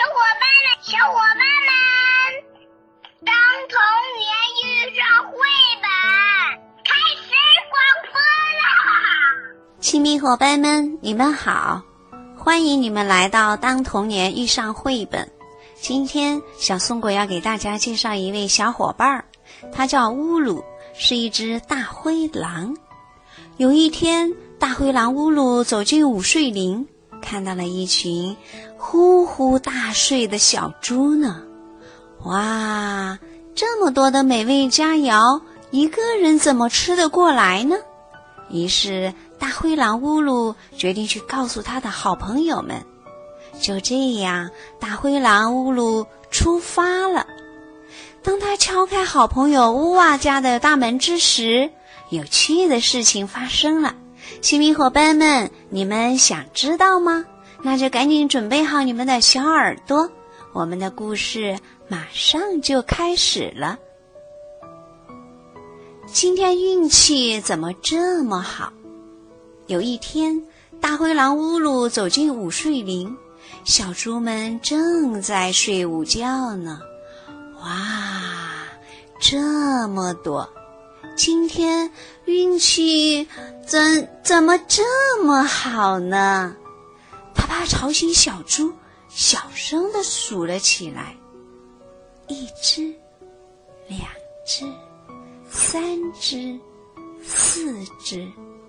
们，当童年遇上绘本，开始广播啦！ 亲密伙伴们，你们好，欢迎你们来到当童年遇上绘本。今天小松果要给大家介绍一位小伙伴，他叫乌鲁，是一只大灰狼。有一天，大灰狼乌鲁走进午睡林，看到了一群呼呼大睡的小猪呢。哇，这么多的美味佳肴，一个人怎么吃得过来呢？于是大灰狼乌鲁决定去告诉他的好朋友们。就这样，大灰狼乌鲁出发了。当他敲开好朋友乌瓦家的大门之时，有趣的事情发生了。亲密伙伴们，你们想知道吗？那就赶紧准备好你们的小耳朵，我们的故事马上就开始了。今天运气怎么这么好？有一天，大灰狼乌鲁走进午睡林，小猪们正在睡午觉呢。哇，这么多！今天运气怎么这么好呢？他怕吵醒小猪，小声地数了起来：1只、2只、3只、4只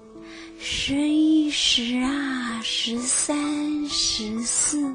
，11、12、13、14。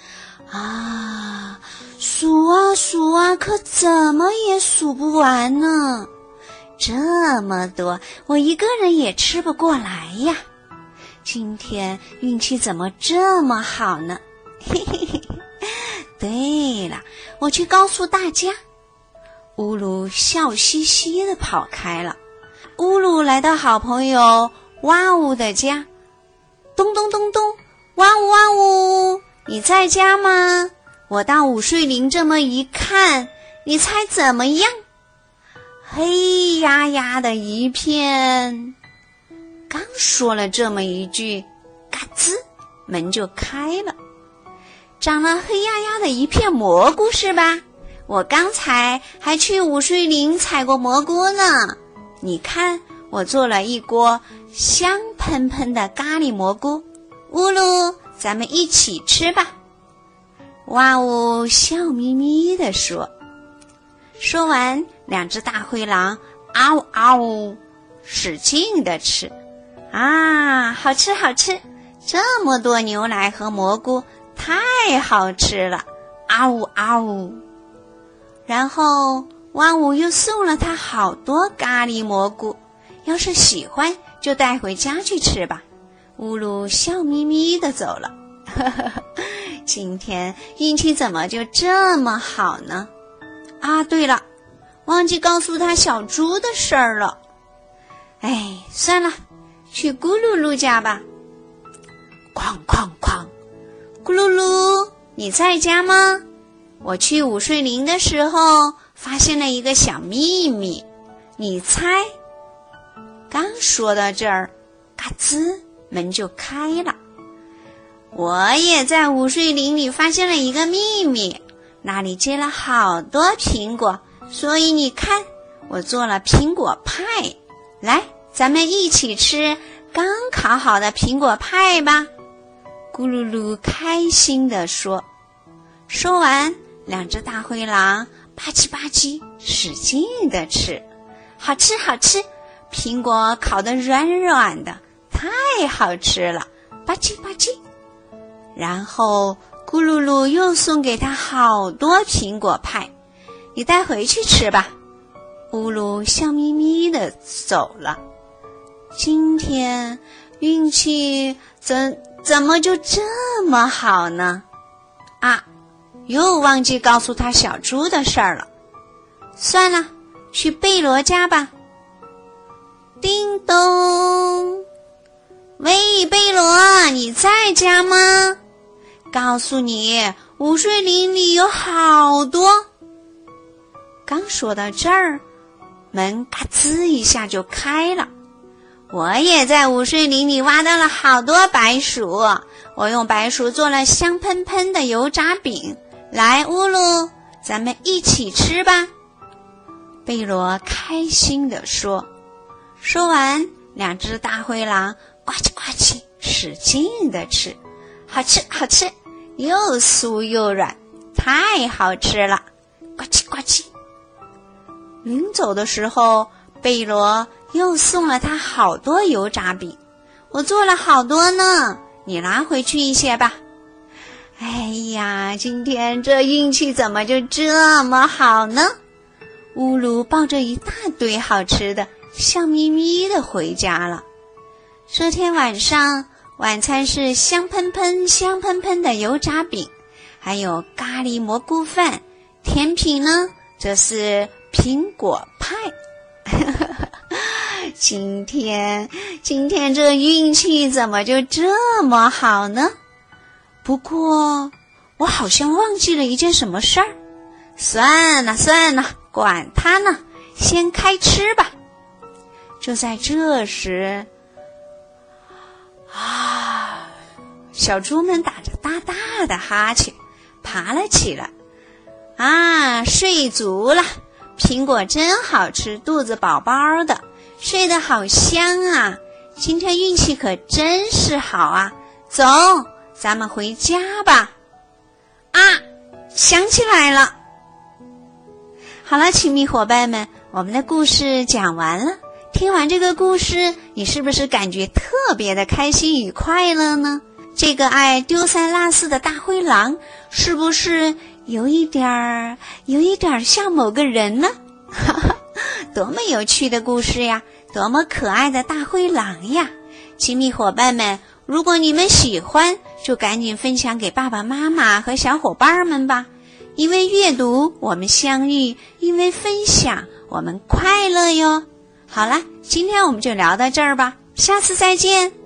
数啊数啊，可怎么也数不完呢。这么多，我一个人也吃不过来呀。今天运气怎么这么好呢？嘿嘿嘿。对了，我去告诉大家。乌鲁笑嘻嘻地跑开了。乌鲁来到好朋友哇呜的家，咚咚咚咚，哇呜哇呜，你在家吗？我到午睡林这么一看，你猜怎么样？黑压压的一片。刚说了这么一句，嘎吱，门就开了。长了黑压压的一片蘑菇是吧？我刚才还去午睡林采过蘑菇呢。你看，我做了一锅香喷喷的咖喱蘑菇。乌鲁，咱们一起吃吧。哇呜笑眯眯地说。说完，两只大灰狼嗷呜嗷呜使劲地吃。好吃好吃，这么多牛奶和蘑菇，太好吃了，嗷呜嗷呜。然后哇呜又送了他好多咖喱蘑菇，要是喜欢就带回家去吃吧。乌鲁笑眯眯地走了。今天运气怎么就这么好呢？对了，忘记告诉他小猪的事儿了。算了，去咕噜噜家吧。哐哐哐，咕噜噜，你在家吗？我去午睡林的时候发现了一个小秘密，你猜？刚说到这儿，嘎吱，门就开了。我也在午睡林里发现了一个秘密，那里结了好多苹果，所以你看，我做了苹果派。来，咱们一起吃刚烤好的苹果派吧。咕噜噜开心地说。说完，两只大灰狼吧唧吧唧使劲地吃。好吃好吃，苹果烤得软软的，太好吃了，吧唧吧唧。然后咕噜噜又送给他好多苹果派，你带回去吃吧。乌鲁笑眯眯地走了。今天运气怎么就这么好呢？又忘记告诉他小猪的事儿了。算了，去贝罗家吧。叮咚，喂，贝罗，你在家吗？告诉你，午睡林里有好多。刚说到这儿，门嘎吱一下就开了。我也在午睡林里挖到了好多白薯，我用白薯做了香喷喷的油炸饼， 来，乌鲁，咱们一起吃吧。贝罗开心地说。说完，两只大灰狼呱唧呱唧使劲地吃，好吃好吃，又酥又软，太好吃了，呱唧呱唧。临走的时候，贝罗又送了他好多油炸饼，我做了好多呢，你拿回去一些吧。哎呀，今天这运气怎么就这么好呢？乌鲁抱着一大堆好吃的，笑眯眯地回家了。这天晚上，晚餐是香喷喷、香喷喷的油炸饼，还有咖喱蘑菇饭。甜品呢，这是苹果派。今天这运气怎么就这么好呢？不过我好像忘记了一件什么事儿。算了，管它呢，先开吃吧。就在这时，小猪们打着大大的哈欠，爬了起来。睡足了，苹果真好吃，肚子饱饱的，睡得好香啊！今天运气可真是好啊！走，咱们回家吧。想起来了。好了，亲密伙伴们，我们的故事讲完了。听完这个故事，你是不是感觉特别的开心与快乐呢？这个爱丢三落四的大灰狼，是不是有一点儿像某个人呢？多么有趣的故事呀，多么可爱的大灰狼呀！亲密伙伴们，如果你们喜欢，就赶紧分享给爸爸妈妈和小伙伴们吧。因为阅读我们相遇，因为分享我们快乐哟。好了，今天我们就聊到这儿吧，下次再见。